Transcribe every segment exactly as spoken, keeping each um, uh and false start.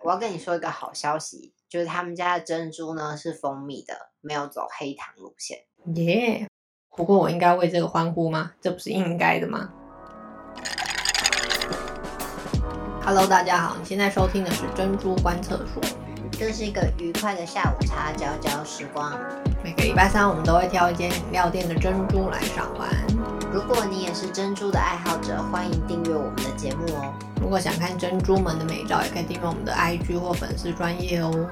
我要跟你说一个好消息，就是他们家的珍珠呢是蜂蜜的，没有走黑糖路线。 耶、yeah. 不过我应该为这个欢呼吗？这不是应该的吗？ Hello， 大家好，你现在收听的是珍珠观测所， 这是一个愉快的下午茶嚼嚼时光。 每个礼拜三我们都会挑一间饮料店的珍珠来赏玩。 如果你也是珍珠的爱好者，欢迎订阅我们的节目哦。 如果想看珍珠们的美照，也可以订阅我们的 I G 或粉丝专页哦。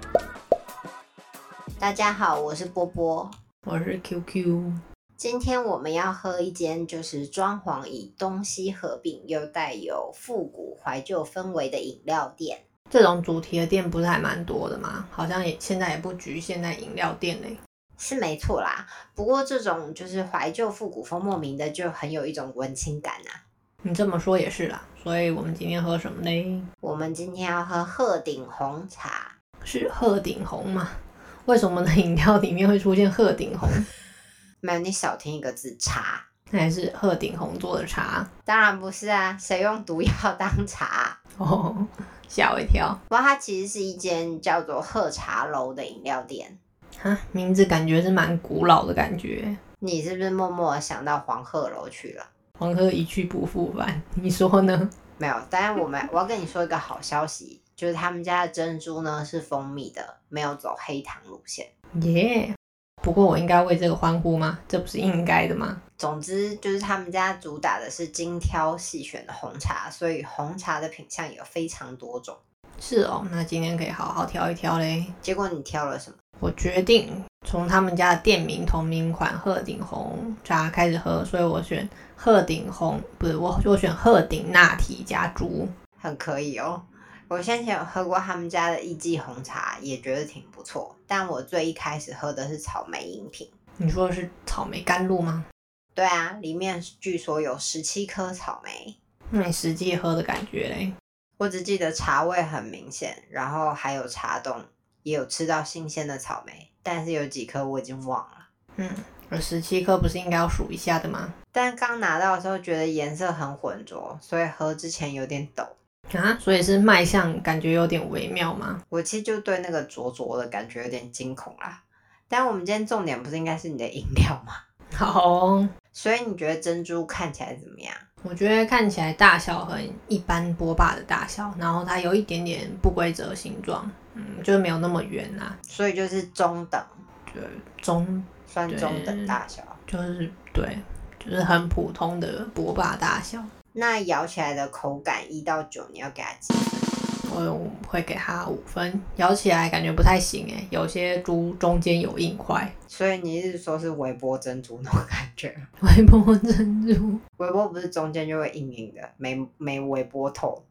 大家好，我是波波， 我是 Q Q。 今天我们要喝一间就是装潢以东西合并又带有复古怀旧氛围的饮料店。 这种主题的店不是还蛮多的吗？好像也现在也不局限在饮料店嘞。 是没错啦，不过这种就是怀旧复古风莫名的就很有一种文青感啊。 你这么说也是啦，所以我们今天喝什么嘞？ 我们今天要喝鹤顶红茶。 是鹤顶红吗？为什么我们的饮料里面会出现鹤顶红？ 没有，你少听一个字，茶。 那还是鹤顶红做的茶？ 当然不是啊，谁用毒药当茶？ 哦，吓我一跳。 不过它其实是一间叫做鹤茶楼的饮料店。 哈，名字感觉是蛮古老的感觉。 你是不是默默地想到黄鹤楼去了？ 黄鹤一去不复返，你说呢？ 没有，当然我们我要跟你说一个好消息，就是他们家的珍珠呢是蜂蜜的，没有走黑糖路线。 耶、yeah. 不过我应该为这个欢呼吗？这不是应该的吗？ 总之就是他们家主打的是精挑细选的红茶，所以红茶的品项有非常多种。 是哦，那今天可以好好挑一挑嘞。 结果你挑了什么？ 我决定从他们家的店名同名款鹤顶红茶开始喝，所以我选鹤顶红，不是我我选鹤顶拿铁加猪， 很可以哦。我先前有喝过他们家的一季红茶，也觉得挺不错，但我最一开始喝的是草莓饮品。 你说的是草莓甘露吗？ 对啊，里面据说有十七颗草莓。 那你实际喝的感觉嘞？ 我只记得茶味很明显，然后还有茶冻，也有吃到新鲜的草莓，但是有几颗我已经忘了。 嗯，而十七颗不是应该要数一下的吗？ 但刚拿到的时候觉得颜色很浑浊，所以喝之前有点抖。 啊，所以是卖相感觉有点微妙吗？ 我其实就对那个浊浊的感觉有点惊恐啦。但我们今天重点不是应该是你的饮料吗？ 好哦。 所以你觉得珍珠看起来怎么样？ 我觉得看起来大小很一般，波霸的大小，然后它有一点点不规则形状，嗯，就是没有那么圆啦， 所以就是中等， 对，中算中等大小， 就是对，就是很普通的波霸大小。 那咬起来的口感一到九，你要给它几分？ 我会给它五分，咬起来感觉不太行诶，有些珠中间有硬块。 所以你是说是微波珍珠那种感觉？ 微波珍珠， 微波不是中间就会硬硬的，没没微波透。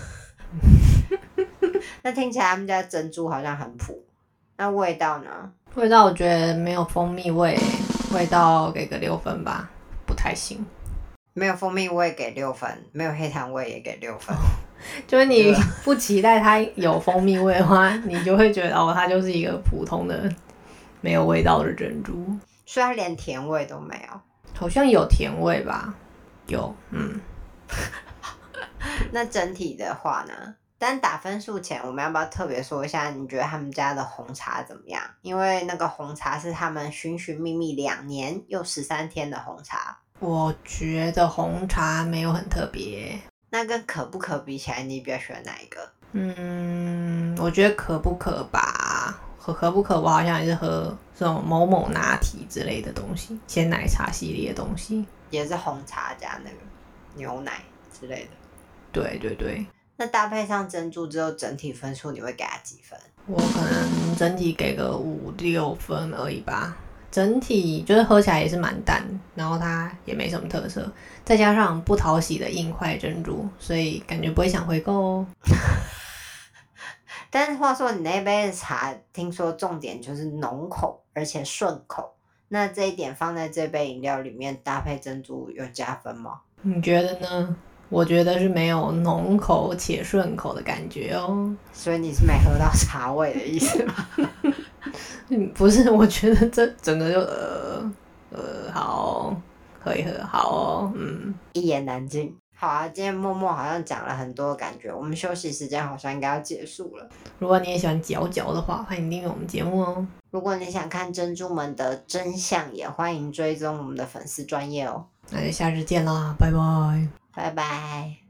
那听起来他们家珍珠好像很普，那味道呢？ 味道我觉得没有蜂蜜味，味道给个六分吧，不太行。 没有蜂蜜味给六分，没有黑糖味也给六分。 就是你不期待它有蜂蜜味的话，你就会觉得哦，它就是一个普通的没有味道的珍珠。 所以它连甜味都没有？ 好像有甜味吧？有，嗯。 那整体的话呢？但打分数前，我们要不要特别说一下，你觉得他们家的红茶怎么样？因为那个红茶是他们寻寻觅觅两年又十三天的红茶。 我觉得红茶没有很特别。 那跟可不可比起来，你比较喜欢哪一个？ 嗯，我觉得可不可吧，可可不可我好像也是喝这种某某拿铁之类的东西，鲜奶茶系列的东西， 也是红茶加那个牛奶之类的。 对对对。 那搭配上珍珠之后，整体分数你会给它几分？ 我可能整体给个五六分而已吧。整体就是喝起来也是蛮淡，然后它也没什么特色，再加上不讨喜的硬块珍珠，所以感觉不会想回购哦。 但是话说，你那杯的茶听说重点就是浓口而且顺口，那这一点放在这杯饮料里面搭配珍珠有加分吗？ 你觉得呢？我觉得是没有浓口且顺口的感觉哦。 所以你是没喝到茶味的意思吗？ 嗯，不是，我觉得这整个就呃呃好，可以喝，好哦，嗯， 一言难尽。 好啊，今天默默好像讲了很多感觉，我们休息时间好像应该要结束了。 如果你也喜欢嚼嚼的话，欢迎订阅我们节目哦。 如果你想看珍珠们的真相，也欢迎追踪我们的粉丝专页哦。 那就下次见啦，拜拜。 拜拜。